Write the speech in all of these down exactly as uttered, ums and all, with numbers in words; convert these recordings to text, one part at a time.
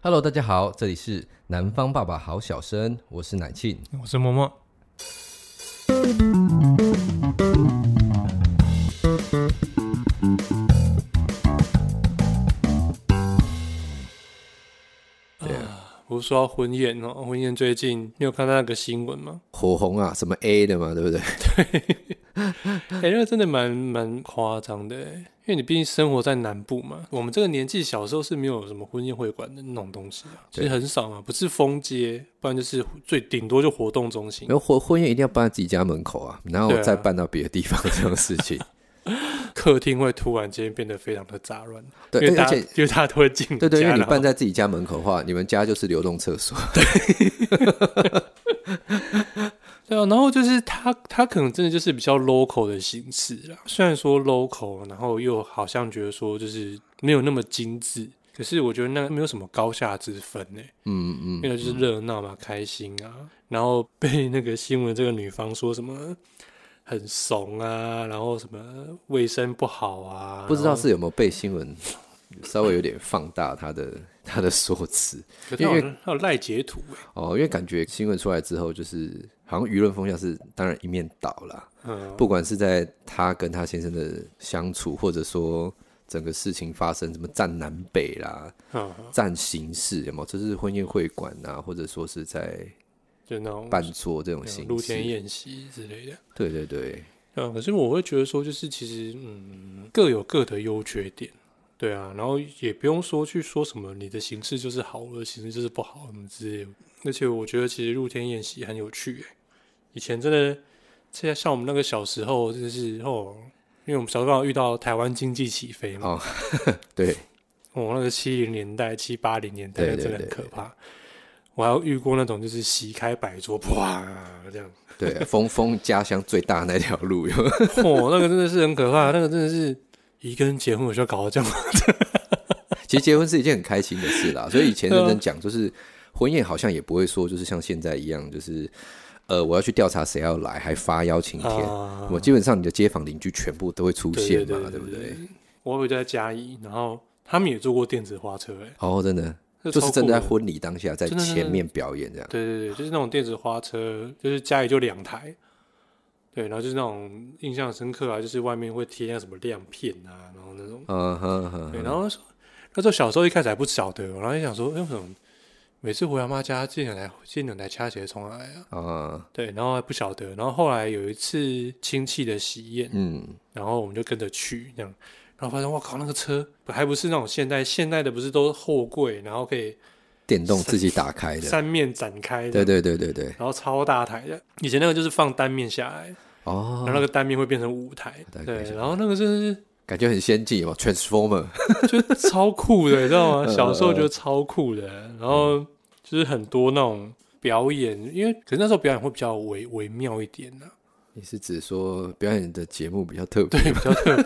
Hello， 大家好，这里是南方爸爸好小生，我是乃庆， 我是默默。对啊，不是说到婚宴哦，婚宴最近你有看到那个新闻吗？ 火红啊，什么 A 的嘛，对不对？ 对，哎、欸，那个真的蛮蛮夸张的，因为你毕竟生活在南部嘛。我们这个年纪小时候是没有什么婚宴会馆的那种东西啊，其实很少嘛，不是封街，不然就是最顶多就活动中心。 然后婚婚宴一定要办在自己家门口啊，然后再办到别的地方这种事情。 客厅会突然间变得非常的杂乱， 对， 因为大家而且因为大家都会进家， 对对，因为你办在自己家门口的话，你们家就是流动厕所。 对。对啊，然后就是他，他可能真的就是比较 local 的形式啦。虽然说 local， 然后又好像觉得说就是没有那么精致，可是我觉得那没有什么高下之分呢。嗯嗯，因为就是热闹嘛，嗯、开心啊。然后被那个新闻这个女方说什么很怂啊，然后什么卫生不好啊， 不知道是有没有被新闻稍微有点放大他的他的说辞， 因为他有赖截图哦，因为感觉新闻出来之后，就是好像舆论风向是当然一面倒啦。嗯，不管是在他跟他先生的相处，或者说整个事情发生什么占南北啦，嗯、占形式有没有？这是婚宴会馆啊，或者说是在就那种办桌这种形式， 露天宴席之类的。 对对对， 嗯，可是我会觉得说，就是其实嗯各有各的优缺点。对啊，然后也不用说去说什么你的形式就是好，我的形式就是不好什么之类的。而且我觉得其实露天宴席很有趣耶，以前真的像我们那个小时候就是哦，因为我们小时候刚好遇到台湾经济起飞嘛， 哦，对， 我、哦、那个七零年代、七八零年代真的很可怕。我还有遇过那种就是席开百桌，哇这样。 对，峰峰家乡最大那条路， 哦，那个真的是很可怕，那个真的是。一个人结婚我就要搞到这样其实结婚是一件很开心的事啦，所以以前认真讲，就是婚宴好像也不会说就是像现在一样，就是呃我要去调查谁要来，还发邀请帖，啊、我基本上你的街坊邻居全部都会出现嘛， 对, 对, 对, 对, 对, 对不对？ 我有在嘉义，然后他们也做过电子花车、欸， 哦，真的，就是真的在婚礼当下在前面表演这样， 对对对，就是那种电子花车，就是嘉义就两台。对，然后就是那种印象深刻啊，就是外面会贴那什么亮片啊，然后那种，嗯哼哼，对，然后那时候小时候一开始还不晓得，然后就想说，为什么每次回阿妈家进两台进两台掐起来从哪来啊？啊，对，然后还不晓得，然后后来有一次亲戚的喜宴，嗯，然后我们就跟着去这样，然后发现哇靠，那个车还不是那种现代现代的，不是都后柜，然后可以。 电动自己打开的， 三面展开的， 对对对对对， 然后超大台的。以前那个就是放单面下来，哦，然后那个单面会变成舞台，对，然后那个真的是感觉很先进哦 ，Transformer， 就超酷的，你知道吗？小时候觉得超酷的，然后就是很多那种表演，因为可是那时候表演会比较微微妙一点呢、啊。 你是指说表演的节目比较特别， 对，比较特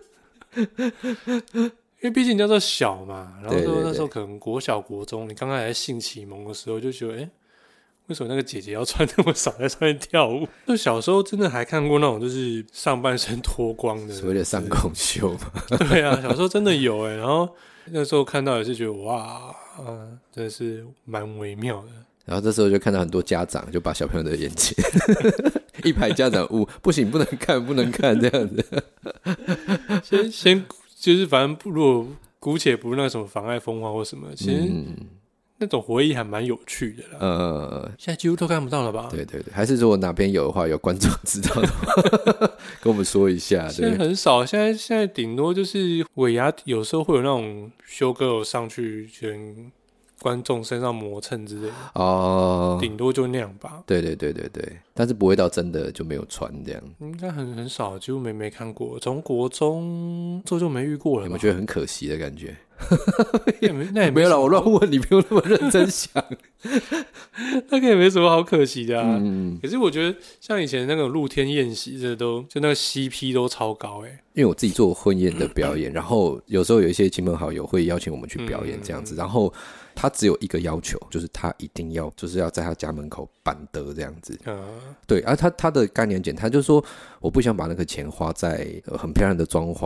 别。因为毕竟你叫做小嘛，然后那时候可能国小国中，你刚刚还在性启蒙的时候，就觉得，哎、欸，为什么那个姐姐要穿那么少在上面跳舞？就小时候真的还看过那种就是上半身脱光的， 所谓的上空秀嘛。 对啊，小时候真的有哎、欸，然后那时候看到也是觉得哇，啊，真的是蛮微妙的。 然后这时候就看到很多家长就把小朋友的眼睛一排家长呜，不行，不能看，不能看这样子。 先先。就是反正如果姑且不那个什么妨碍风化或什么，其实那种回忆还蛮有趣的啦。呃，现在几乎都看不到了吧？ 对对对，还是如果哪边有的话，有观众知道的话，跟我们说一下。 现在很少，现在现在顶多就是尾牙，有时候会有那种修哥上去跟观众身上磨蹭之类的哦，顶多就那样吧。 对对对对对，但是不会到真的就没有穿这样， 应该很很少，几乎没没看过。从国中之后就没遇过了。 有没有觉得很可惜的感觉？ 也没那也没有啦，我乱问你，不用那么认真想。 那个也没什么好可惜的啊。嗯、可是我觉得像以前那个露天宴席，这都就那个 C P 都超高哎、欸。 因为我自己做婚宴的表演，然后有时候有一些亲朋好友会邀请我们去表演这样子，嗯、然后他只有一个要求，就是他一定要就是要在他家门口办得这样子。嗯、对，而、啊、他他的概念简单，他就说我不想把那个钱花在、呃、很漂亮的装潢。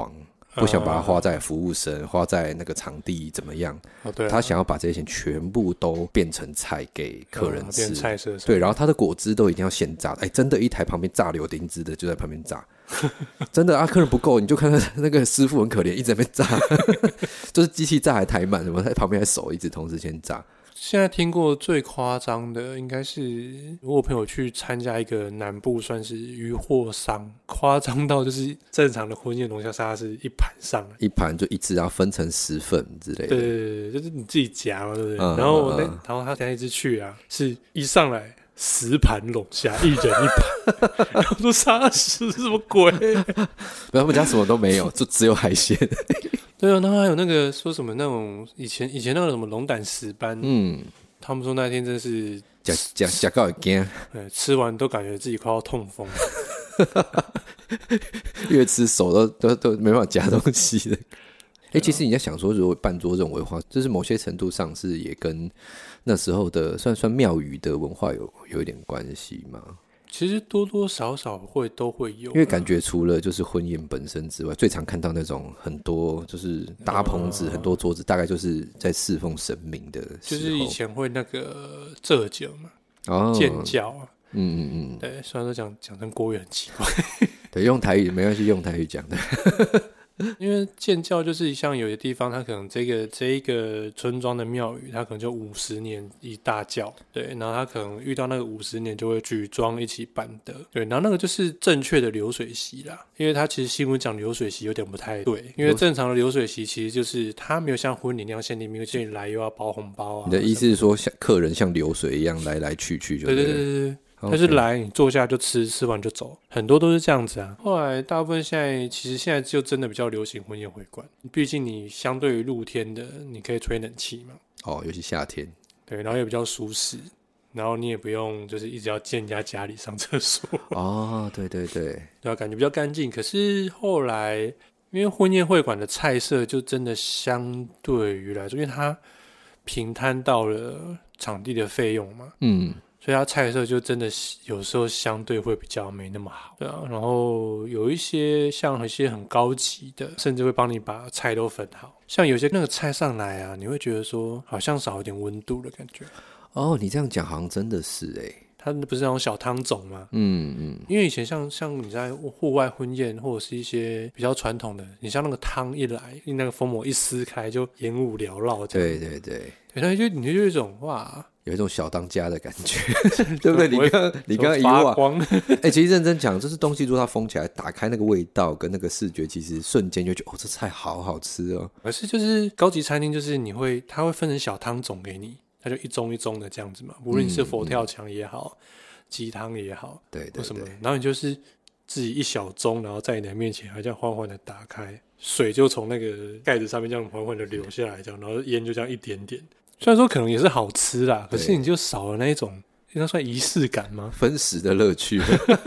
不想把它花在服务生、花在那个场地怎么样、 哦对啊、 他想要把这些钱全部都变成菜给客人吃、 哦、变菜色对，然后他的果汁都一定要现榨，哎，真的一台旁边榨柳丁汁的就在旁边榨真的啊，客人不够你就看到那个师傅很可怜，一直在那边榨就是机器榨还太慢，什么在旁边还手一直同时先榨。 现在听过最夸张的应该是我朋友去参加一个南部算是渔货商，夸张到就是正常的婚宴龙虾沙拉是一盘上来， 一盘就一只，然后分成十份之类的。 对对对，就是你自己夹嘛，对不对？嗯、然后我那、嗯、然后他那一只去啊，是一上来十盘龙虾，一人一盘，然后说沙司什么鬼？没有， 他们家什么都没有，就只有海鲜。 对啊，然后还有那个说什么那种以前以前那个什么龙胆石斑，嗯，他们说那天真是吃吃吃到会惊， 对，吃完都感觉自己快要痛风了， 越吃手都都都没办法夹东西的。哎、欸，其实你在想说，如果办桌认为的话，就是某些程度上是也跟那时候的算算庙宇的文化有有一点关系嘛。 其实多多少少会都会有， 因为感觉除了就是婚宴本身之外，最常看到那种很多就是搭棚子、呃、很多桌子，大概就是在侍奉神明的时候， 就是以前会那个蔗酒嘛，哦，建教啊，嗯嗯嗯，对，虽然说讲讲成国语很奇怪， 对，用台语没关系，用台语讲的。 因为建教就是像有些地方，它可能这个这一个村庄的庙宇，它可能就五十年一大教，对，然后它可能遇到那个五十年就会举庄一起办的，对，然后那个就是正确的流水席啦，因为它其实新闻讲流水席有点不太对，因为正常的流水席其实就是它没有像婚礼那样限定名额，你来又要包红包啊。 你的意思是说，像客人像流水一样来来去去就对了？ 对对对对。但是来你坐下就吃，吃完就走，很多都是这样子啊。后来大部分现在其实现在就真的比较流行婚宴会馆，毕竟你相对于露天的，你可以吹冷气嘛。 哦，尤其夏天。对， 然后也比较舒适，然后你也不用就是一直要进人家家里上厕所。 哦，对对对， 对啊，感觉比较干净。可是后来因为婚宴会馆的菜色就真的相对于来说，因为它平摊到了场地的费用嘛，嗯。所以它菜色就真的有时候相对会比较没那么好，对啊。然后有一些像一些很高级的，甚至会帮你把菜都分好。像有些那个菜上来啊，你会觉得说好像少一点温度的感觉。 哦，你这样讲好像真的是哎、欸。 它不是那种小汤种吗？嗯嗯。因为以前像像你在户外婚宴或者是一些比较传统的，你像那个汤一来，那个封膜一撕开就烟雾缭绕这样。 对对对。 对，那就你就有一种哇。 有一种小当家的感觉，对不对？你刚你刚一望，哎、欸，其实认真讲，这是东西如果它封起来，打开那个味道跟那个视觉，其实瞬间就觉得哦，这菜好好吃哦。 可是就是高级餐厅，就是你会，它会分成小汤种给你，它就一盅一盅的这样子嘛。无论你是佛跳墙也好，鸡汤、嗯、也好， 对对对， 什么，然后你就是自己一小盅，然后在你的面前还这样缓缓的打开，水就从那个盖子上面这样缓缓的流下来，这样，然后烟就这样一点点。虽然说可能也是好吃啦，可是你就少了那一种，应该算仪式感吗？ 分食的乐趣。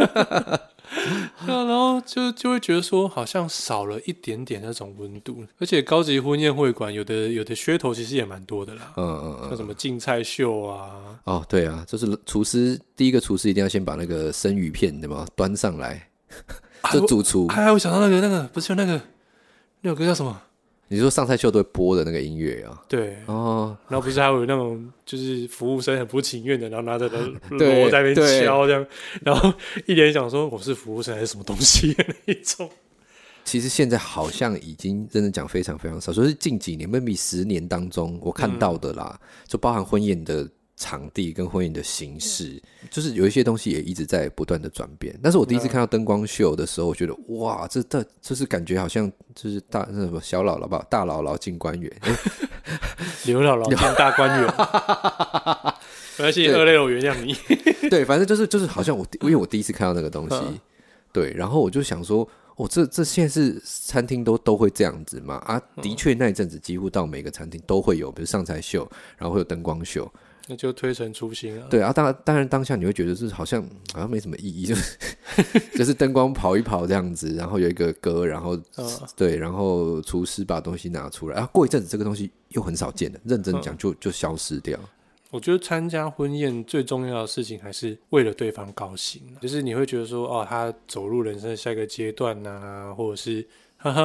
然后就就会觉得说，好像少了一点点那种温度。而且高级婚宴会馆有的有的噱头其实也蛮多的啦，嗯嗯嗯，像什么竞菜秀啊。 哦，对啊，就是厨师第一个厨师一定要先把那个生鱼片对吧端上来，就主厨。 哎，我想到那个那个不是有那个那首歌叫什么？ 你说上菜秀都会播的那个音乐啊？ 对哦，然后不是还有那种就是服务生很不情愿的，然后拿着锣在那边敲这样，然后一脸想说我是服务生还是什么东西的那一种。 其实现在好像已经真的讲非常非常少，所以是近几年 maybe 十年当中我看到的啦，嗯、就包含婚宴的场地跟婚宴的形式，就是有一些东西也一直在不断的转变。但是我第一次看到灯光秀的时候，我觉得哇，这这就是感觉好像就是大那什么小姥姥吧，大姥姥进官园， 刘姥姥进大观园。没关系，二类我原谅你。 对，反正就是就是好像我因为我第一次看到那个东西，对，然后我就想说。哦，这这现在是餐厅都都会这样子嘛？啊，的确那一阵子几乎到每个餐厅都会有，比如上菜秀，然后会有灯光秀， 那就推陈出新啊。 对啊，当然当然当下你会觉得是好像好像没什么意义，就是就是灯光跑一跑这样子，然后有一个歌，然后、嗯、对，然后厨师把东西拿出来，啊，过一阵子这个东西又很少见了，认真讲就、嗯、就消失掉。 我觉得参加婚宴最重要的事情还是为了对方高兴，就是你会觉得说，哦，他走入人生的下一个阶段啊，或者是，哈哈，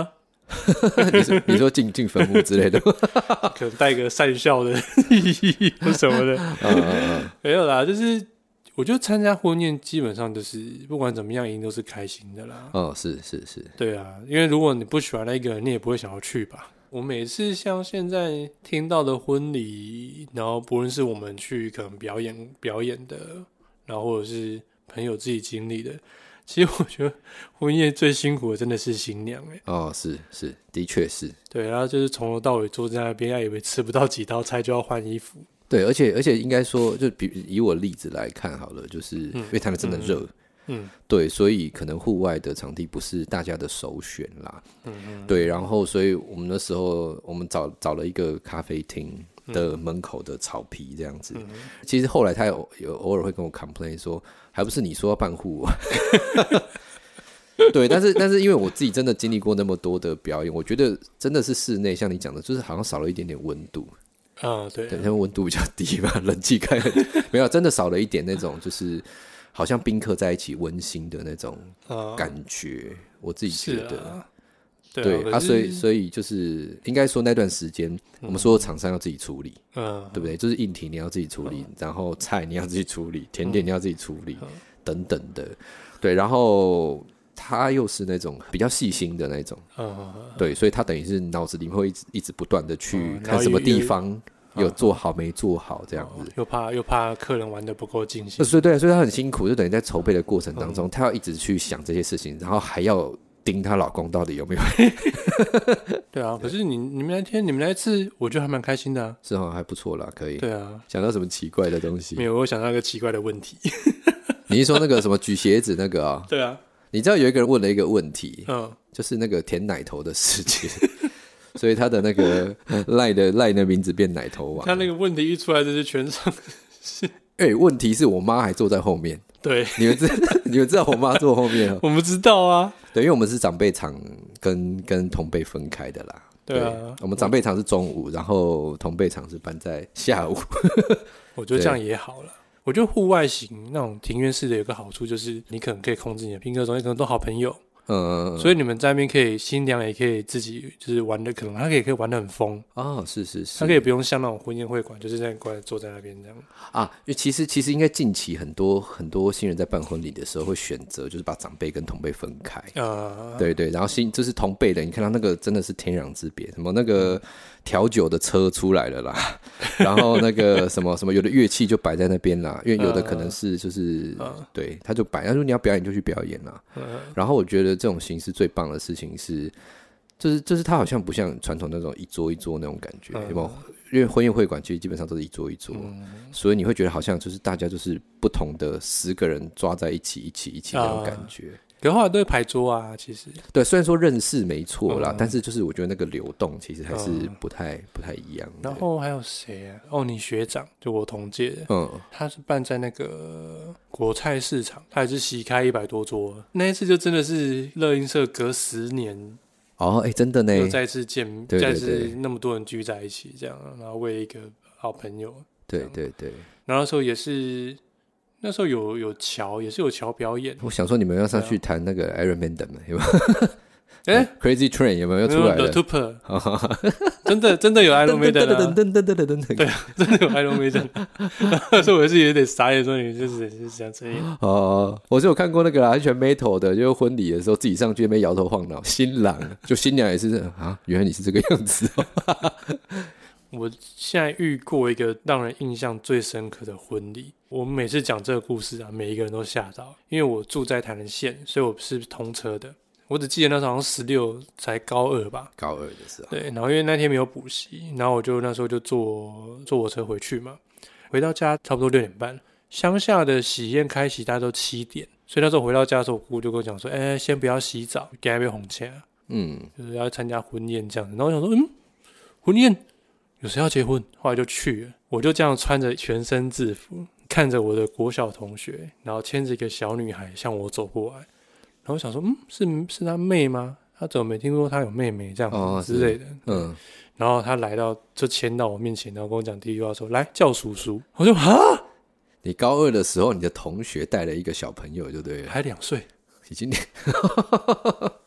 你说你说进进坟墓之类的， 可能带个善笑的意义或什么的，嗯嗯嗯没有啦，就是我觉得参加婚宴基本上就是不管怎么样，一定都是开心的啦。 哦，是是是， 对啊，因为如果你不喜欢那个人，你也不会想要去吧。我每次像现在听到的婚礼，然后不论是我们去可能表演表演的，然后或者是朋友自己经历的。其实我觉得婚宴最辛苦的真的是新娘哎、欸。 哦，是是，的确是。 对，然后就是从头到尾坐在那边，还以为吃不到几道菜就要换衣服。 对，而且而且应该说，就比以我的例子来看好了，就是、嗯、因为台南真的热，嗯，对，所以可能户外的场地不是大家的首选啦，嗯嗯，对，然后所以我们那时候我们找找了一个咖啡厅的门口的草皮这样子，嗯、其实后来他有有偶尔会跟我 complain 说，还不是你说要办户外。对，但是但是因为我自己真的经历过那么多的表演，我觉得真的是室内像你讲的，就是好像少了一点点温度。 啊，对， 对，因为温度比较低嘛，冷气开很没有，真的少了一点那种，就是好像宾客在一起温馨的那种感觉，啊、我自己觉得，啊对, 啊对啊，所以所以就是应该说那段时间，嗯、我们所有厂商要自己处理，嗯，对不对？就是硬体你要自己处理，嗯、然后菜你要自己处理，甜点你要自己处理，嗯、等等的，对，然后。他又是那种比较细心的那种，嗯、对，所以他等于是脑子里面会一直一直不断的去看什么地方有做好没做好这样子， 嗯、又怕又怕客人玩得不够尽兴， 所以对，所以他很辛苦，就等于在筹备的过程当中，嗯、他要一直去想这些事情，然后还要盯她老公到底有没有。 对啊，可是你你们那天你们那一次，我觉得还蛮开心的啊， 是哦，还不错啦，可以。 对啊， 想到什么奇怪的东西？ 没有，我想到一个奇怪的问题。 你是说那个什么举鞋子那个啊？ 对啊。 你知道有一个人问了一个问题，嗯，就是那个舔奶头的事情，所以他的那个赖的赖的名字变奶头王。 他那个问题一出来，就是全场是。 哎、欸，问题是我妈还坐在后面。 对， 你们知你们知道我妈坐后面吗？ 我们知道啊。 对，因为我们是长辈场跟跟同辈分开的啦。 对啊， 对，我们长辈场是中午，然后同辈场是办在下午。 我觉得这样也好了。我觉得户外型那种庭院式的有个好处，就是你可能可以控制你的宾客中，你可能都好朋友，嗯，所以你们在那边可以新娘也可以自己就是玩的，可能他可以可以玩的很疯哦，是是是， 他可以不用像那种婚宴会馆，就是在过来坐在那边这样啊。因为其实其实应该近期很多很多新人在办婚礼的时候会选择就是把长辈跟同辈分开啊，对对，然后新就是同辈的，你看到那个真的是天壤之别，什么那个。调酒的车出来了啦，然后那个什么什么，有的乐器就摆在那边啦，因为有的可能是就是、uh, 对，他就摆，他说你要表演就去表演啦。Uh, 然后我觉得这种形式最棒的事情是，就是就是它好像不像传统那种一桌一桌那种感觉， uh, 有没有？因为婚宴会馆其实基本上都是一桌一桌， uh, 所以你会觉得好像就是大家就是不同的十个人抓在一起，一起一起那种感觉。Uh, 可后来都会排桌啊，其实对，虽然说认识没错啦、嗯，但是就是我觉得那个流动其实还是不太、嗯、不太一样。 然后还有谁啊？哦，你学长就我同届的，嗯，他是办在那个国菜市场，他也是席开一百多桌，那一次就真的是乐音社隔十年哦，哎、欸，真的呢， 又再次见， 对对对， 再次那么多人聚在一起，这样，然后为一个好朋友， 对对对， 然后那时候也是。那时候有有乔，也是有乔表演。 我想说，你们要上去谈那个 Iron Maiden 吗？有没有？哎、欸、，Crazy Train 有没有要出来的 ？The Tupper， 真的真的有 Iron Maiden 啊！噔噔噔噔噔噔噔，对啊，真的有 Iron Maiden。那时候我是有点傻眼，说你就是就是像这样。 哦，我是有看过那个啦，全 Metal 的，就是婚礼的时候自己上去那边摇头晃脑，新郎就新娘也是啊，原来你是这个样子哦。 我现在遇过一个让人印象最深刻的婚礼，我们每次讲这个故事啊，每一个人都吓到，因为我住在台南县，所以我是通车的。我只记得那时候好像十六才高二吧， 高二的时候。 对，然后因为那天没有补习，然后我就那时候就坐坐我车回去嘛，回到家差不多六点半，乡下的喜宴开席大概都七点，所以那时候回到家的时候，我姑姑就跟我讲说，哎、欸，先不要洗澡，给那边红钱，嗯，就是要参加婚宴这样子。然后我想说，嗯，婚宴。有谁要结婚？后来就去了，我就这样穿着全身制服，看着我的国小同学，然后牵着一个小女孩向我走过来，然后我想说，嗯，是是他妹吗？他怎么没听说他有妹妹这样子、哦、之类的？嗯，然后他来到就牵到我面前，然后跟我讲第一句话说：“来叫叔叔。”我说：“啊！” 你高二的时候，你的同学带了一个小朋友，就对了， 还两岁， 已经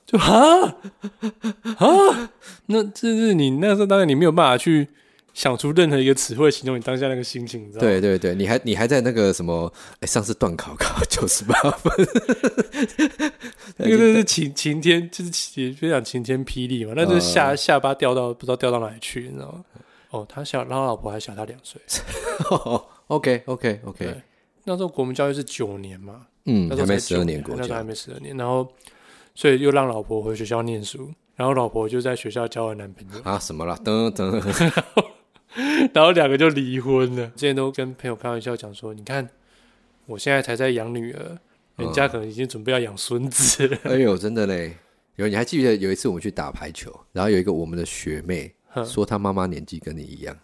就啊啊，那这是你那时候当然你没有办法去想出任何一个词汇形容你当下那个心情，你知道吗？ 对对对，你还你还在那个什么，哎，上次段考考九十八分， 那个就是晴晴天，就是非常晴天霹雳嘛，那就是下、呃、下巴掉到不知道掉到哪里去，你知道吗？哦，他小，他老婆还小他两岁。 OK OK OK， 那时候国民教育是九年嘛， 嗯， 那时候还没十二年国教， 那时候还没十二年，然后所以又让老婆回学校念书，然后老婆就在学校交了男朋友啊，什么啦，等等。 然后两个就离婚了。之前都跟朋友开玩笑讲说，你看我现在才在养女儿，人家可能已经准备要养孙子了。 哎呦，真的嘞！有你还记得有一次我们去打排球，然后有一个我们的学妹说她妈妈年纪跟你一样。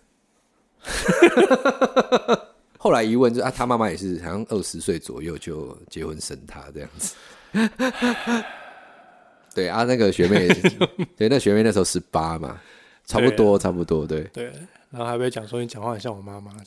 后来一问就啊，她妈妈也是好像二十岁左右就结婚生她这样子。对啊，那个学妹也是，对，那学妹那时候十八嘛，差不多差不多，对对。然后还被讲说你讲话很像我妈妈，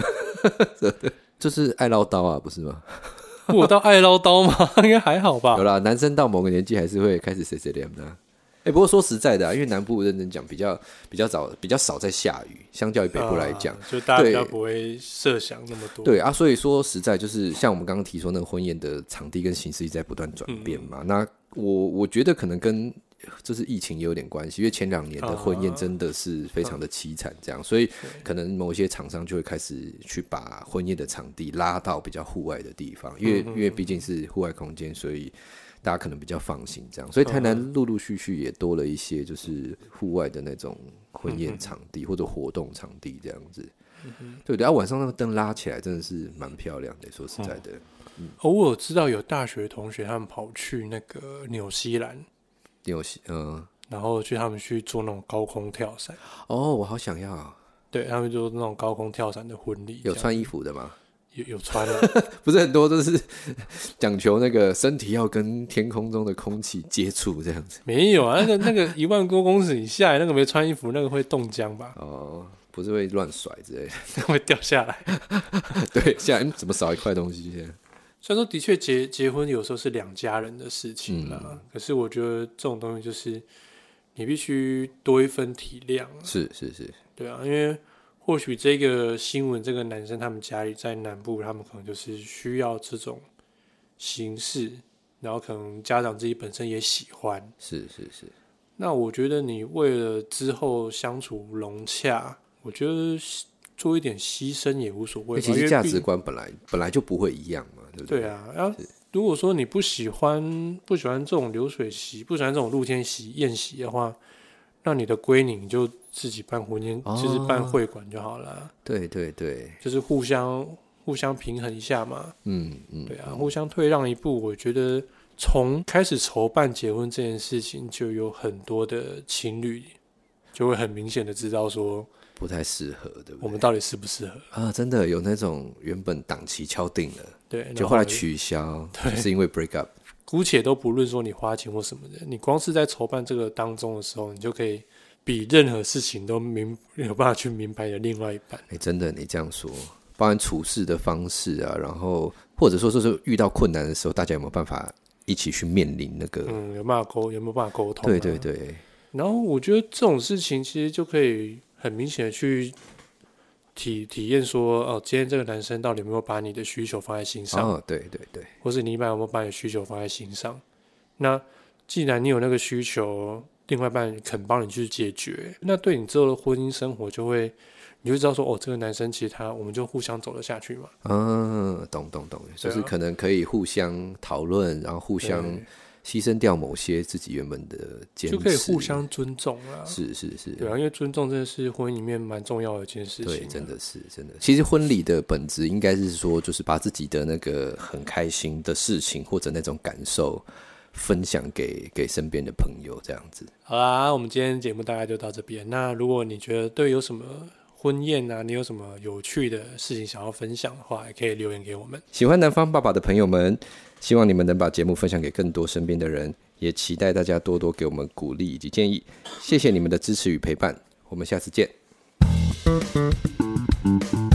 就是爱唠叨啊，不是吗？ 我到爱唠叨吗？应该还好吧。 有啦，男生到某个年纪还是会开始碎碎念的。哎、欸，不过说实在的、啊，因为南部认真讲比较比较早比较少在下雨，相较于北部来讲、 啊，就大家比较不会设想那么多。 对啊，所以说实在就是像我们刚刚提说那个婚宴的场地跟形式一直在不断转变嘛。嗯、那我我觉得可能跟就是疫情也有点关系，因为前两年的婚宴真的是非常的凄惨，这样，所以可能某一些厂商就会开始去把婚宴的场地拉到比较户外的地方，因为因为毕竟是户外空间，所以大家可能比较放心这样。所以台南陆陆续续也多了一些就是户外的那种婚宴场地或者活动场地这样子。对对，啊，晚上那个灯拉起来真的是蛮漂亮的，说实在的。嗯， 哦，我有知道有大学同学他们跑去那个纽西兰。 纽西，嗯， 然后去他们去做那种高空跳伞。 哦，我好想要、啊。 对，他们做那种高空跳伞的婚礼。 有穿衣服的吗？ 有有穿的， 不是很多都是讲求那个身体要跟天空中的空气接触这样子。 没有啊，那个那个一万多公尺以下来，那个没穿衣服，那个会冻僵吧？ 哦，不是会乱甩之类的， 那会掉下来。 对，现在怎么少一块东西？现在。 虽然说的确结结婚有时候是两家人的事情啦、嗯，可是我觉得这种东西就是你必须多一分体谅、啊。 是是是， 对啊，因为或许这个新闻，这个男生他们家里在南部，他们可能就是需要这种形式，然后可能家长自己本身也喜欢。 是是是。 那我觉得你为了之后相处融洽，我觉得做一点牺牲也无所谓。 其实价值观本来本来就不会一样嘛，对不对？ 对啊，然后如果说你不喜欢不喜欢这种流水席，不喜欢这种露天席宴席的话，那你的闺女你就自己办婚宴，哦、就是办会馆就好了。 对对对， 就是互相互相平衡一下嘛。 嗯嗯， 对啊，互相退让一步，我觉得从开始筹办结婚这件事情，就有很多的情侣就会很明显的知道说。 不太适合，对不对？ 我们到底适不适合啊？真的有那种原本档期敲定了， 对， 就后来取消，就是因为 break up。 姑且都不论说你花钱或什么的，你光是在筹办这个当中的时候，你就可以比任何事情都明有办法去明白你的另外一半。 哎、欸，真的，你这样说，包含处事的方式啊，然后或者说就是遇到困难的时候，大家有没有办法一起去面临那个？ 嗯，有办法沟有没有办法沟通、啊？ 对对对。 然后我觉得这种事情其实就可以。很明显的去体体验说，哦，今天这个男生到底有没有把你的需求放在心上？ 哦，对对对， 或是你一般有没有把你的需求放在心上？那既然你有那个需求，另外一半肯帮你去解决，那对你之后的婚姻生活就会，你就知道说，哦，这个男生其实他，我们就互相走得下去嘛。嗯， 懂懂懂，就是可能可以互相讨论，然后互相。牺牲掉某些自己原本的坚持， 就可以互相尊重啦。 是是是， 对啊，因为尊重真的是婚姻里面蛮重要的一件事情、啊。 对，真的是真的。其实婚礼的本质应该是说，就是把自己的那个很开心的事情或者那种感受分享给给身边的朋友，这样子。 好啦，我们今天节目大概就到这边。那如果你觉得对有什么婚宴啊，你有什么有趣的事情想要分享的话，也可以留言给我们。 喜欢南方爸爸的朋友们，希望你们能把节目分享给更多身边的人，也期待大家多多给我们鼓励以及建议。谢谢你们的支持与陪伴，我们下次见。